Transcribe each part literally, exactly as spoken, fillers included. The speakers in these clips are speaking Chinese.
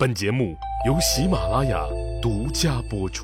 本节目由喜马拉雅独家播出。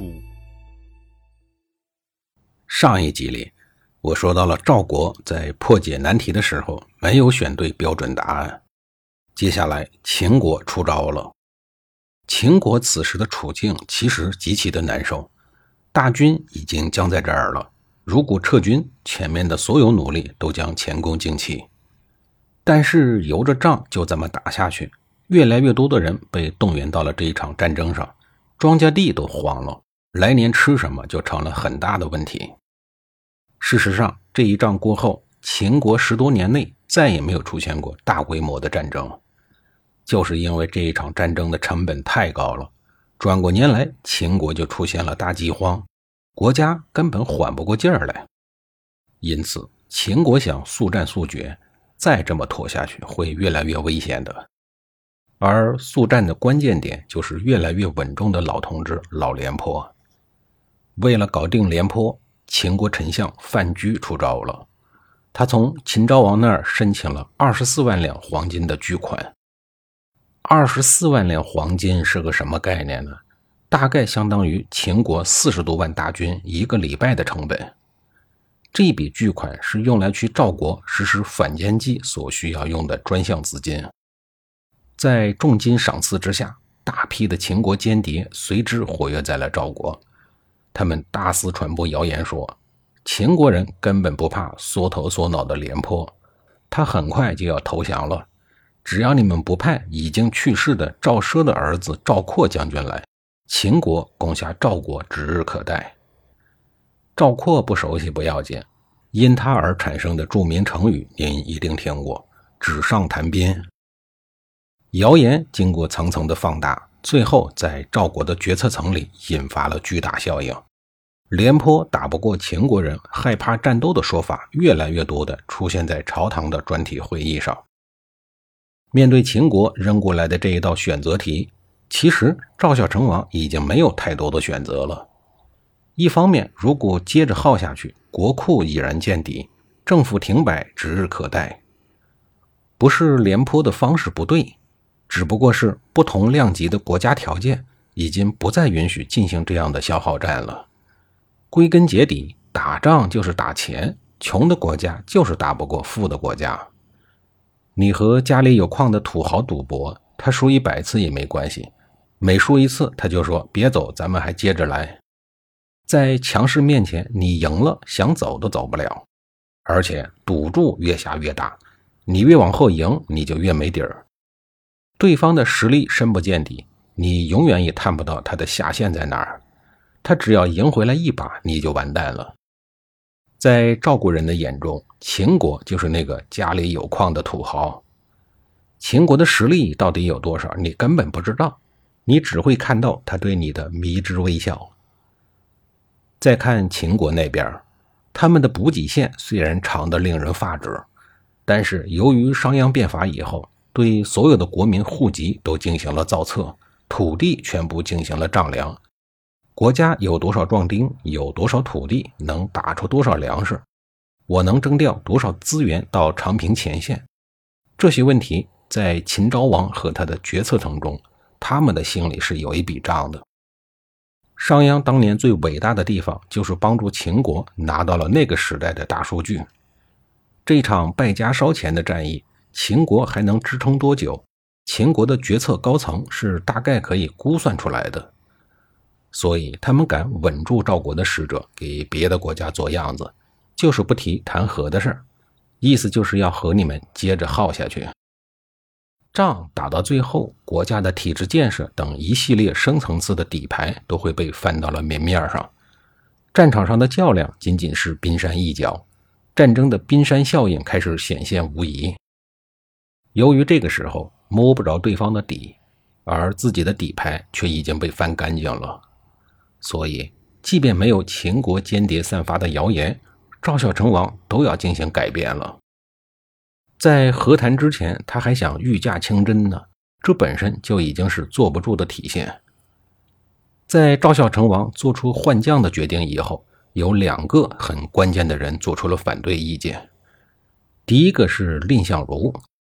上一集里，我说到了赵国在破解难题的时候没有选对标准答案。接下来秦国出招了。秦国此时的处境其实极其的难受，大军已经僵在这儿了，如果撤军，前面的所有努力都将前功尽弃。但是由着仗就这么打下去，越来越多的人被动员到了这一场战争上，庄稼地都荒了，来年吃什么就成了很大的问题。事实上，这一仗过后，秦国十多年内再也没有出现过大规模的战争，就是因为这一场战争的成本太高了，转过年来秦国就出现了大饥荒，国家根本缓不过劲儿来。因此秦国想速战速决，再这么拖下去会越来越危险的。而速战的关键点就是越来越稳重的老同志老廉颇。为了搞定廉颇，秦国丞相范雎出招了，他从秦昭王那儿申请了二十四万两黄金的巨款。二十四万两黄金是个什么概念呢？大概相当于秦国四十多万大军一个礼拜的成本。这笔巨款是用来去赵国实施反间计所需要用的专项资金。在重金赏赐之下，大批的秦国间谍随之活跃在了赵国。他们大肆传播谣言说，秦国人根本不怕缩头缩脑的廉颇，他很快就要投降了，只要你们不派已经去世的赵奢的儿子赵括将军来，秦国攻下赵国指日可待。赵括不熟悉不要紧，因他而产生的著名成语您一定听过，纸上谈兵。谣言经过层层的放大，最后在赵国的决策层里引发了巨大效应。廉颇打不过秦国人，害怕战斗的说法越来越多地出现在朝堂的专题会议上。面对秦国扔过来的这一道选择题，其实赵孝成王已经没有太多的选择了。一方面，如果接着耗下去，国库已然见底，政府停摆指日可待。不是廉颇的方式不对，只不过是不同量级的国家条件已经不再允许进行这样的消耗战了。归根结底，打仗就是打钱，穷的国家就是打不过富的国家。你和家里有矿的土豪赌博，他输一百次也没关系，每输一次他就说别走，咱们还接着来。在强势面前，你赢了想走都走不了，而且赌注越下越大，你越往后赢你就越没底儿。对方的实力深不见底，你永远也探不到他的下限在哪儿，他只要赢回来一把你就完蛋了。在赵国人的眼中，秦国就是那个家里有矿的土豪。秦国的实力到底有多少你根本不知道，你只会看到他对你的迷之微笑。再看秦国那边，他们的补给线虽然长得令人发指，但是由于商鞅变法以后，对所有的国民户籍都进行了造册，土地全部进行了丈量，国家有多少壮丁，有多少土地，能打出多少粮食，我能征调多少资源到长平前线。这些问题在秦昭王和他的决策层中，他们的心里是有一笔账的。商鞅当年最伟大的地方就是帮助秦国拿到了那个时代的大数据。这场败家烧钱的战役，秦国还能支撑多久？秦国的决策高层是大概可以估算出来的，所以他们敢稳住赵国的使者，给别的国家做样子，就是不提谈和的事儿，意思就是要和你们接着耗下去。仗打到最后，国家的体制建设等一系列深层次的底牌都会被翻到了明面上。战场上的较量仅仅是冰山一角，战争的冰山效应开始显现无疑。由于这个时候摸不着对方的底，而自己的底牌却已经被翻干净了，所以即便没有秦国间谍散发的谣言，赵孝成王都要进行改变了。在和谈之前他还想御驾亲征呢，这本身就已经是坐不住的体现。在赵孝成王做出换将的决定以后，有两个很关键的人做出了反对意见。第一个是蔺相如，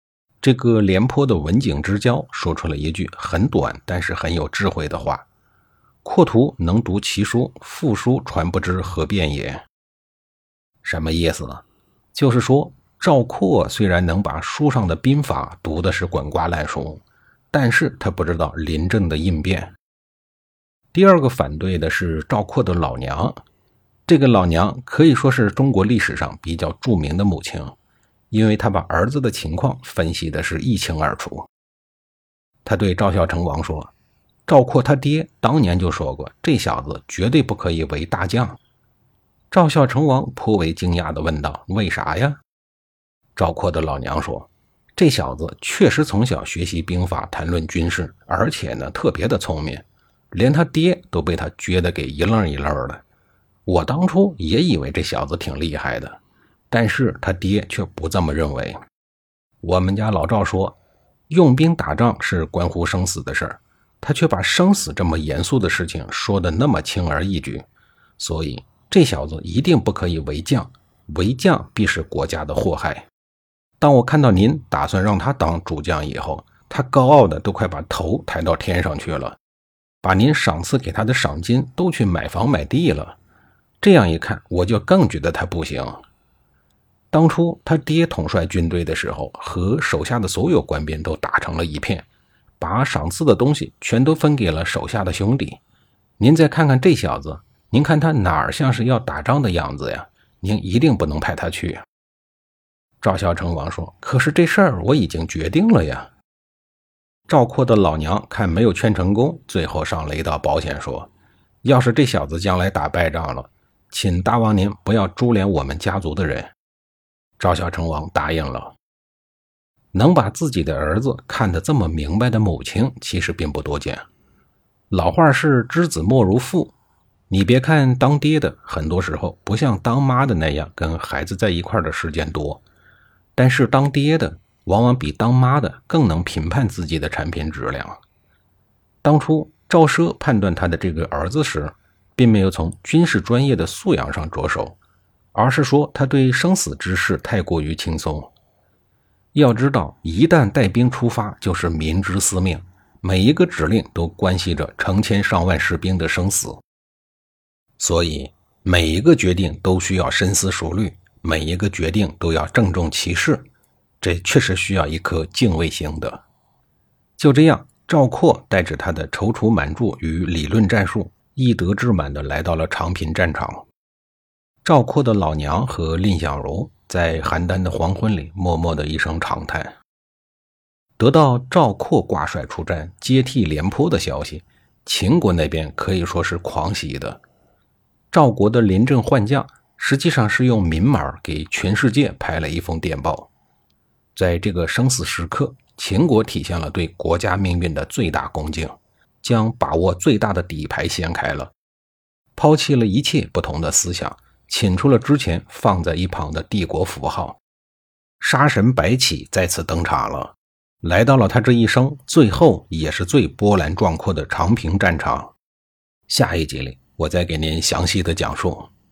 这个廉颇的文景之交说出了一句很短但是很有智慧的话：阔图能读其书，复书传不知何变也。什么意思？就是说赵括虽然能把书上的兵法读的是滚瓜烂熟，但是他不知道临阵的应变。第二个反对的是赵括的老娘，这个老娘可以说是中国历史上比较著名的母亲，因为她把儿子的情况分析的是一清二楚。他对赵孝成王说，赵括他爹当年就说过，这小子绝对不可以为大将。赵孝成王颇为惊讶地问道，为啥呀？赵括的老娘说，这小子确实从小学习兵法，谈论军事，而且呢特别的聪明，连他爹都被他撅得给一愣一愣的。我当初也以为这小子挺厉害的，但是他爹却不这么认为。我们家老赵说，用兵打仗是关乎生死的事儿，他却把生死这么严肃的事情说得那么轻而易举，所以这小子一定不可以为将，为将必是国家的祸害。当我看到您打算让他当主将以后，他高傲的都快把头抬到天上去了，把您赏赐给他的赏金都去买房买地了。这样一看，我就更觉得他不行。当初他爹统帅军队的时候，和手下的所有官兵都打成了一片，把赏赐的东西全都分给了手下的兄弟。您再看看这小子，您看他哪儿像是要打仗的样子呀？您一定不能派他去。赵孝成王说，可是这事儿我已经决定了呀。赵括的老娘看没有劝成功，最后上了一道保险，说，要是这小子将来打败仗了，请大王您不要株连我们家族的人。赵孝成王答应了。能把自己的儿子看得这么明白的母亲其实并不多见。老话是知子莫如父，你别看当爹的很多时候不像当妈的那样跟孩子在一块的时间多，但是当爹的往往比当妈的更能评判自己的产品质量。当初赵奢判断他的这个儿子时，并没有从军事专业的素养上着手，而是说他对生死之事太过于轻松。要知道，一旦带兵出发，就是民之司命，每一个指令都关系着成千上万士兵的生死。所以每一个决定都需要深思熟虑，每一个决定都要郑重其事，这确实需要一颗敬畏心的。就这样，赵括带着他的踌躇满志与理论战术，一得志满地来到了长平战场。赵括的老娘和蔺相如在邯郸的黄昏里默默的一声长叹。得到赵括挂帅出战接替廉颇的消息，秦国那边可以说是狂喜的。赵国的临阵换将实际上是用明码给全世界拍了一封电报。在这个生死时刻，秦国体现了对国家命运的最大恭敬，将把握最大的底牌掀开了，抛弃了一切不同的思想，请出了之前放在一旁的帝国符号。杀神白起再次登场了，来到了他这一生最后也是最波澜壮阔的长平战场。下一集里我再给您详细的讲述。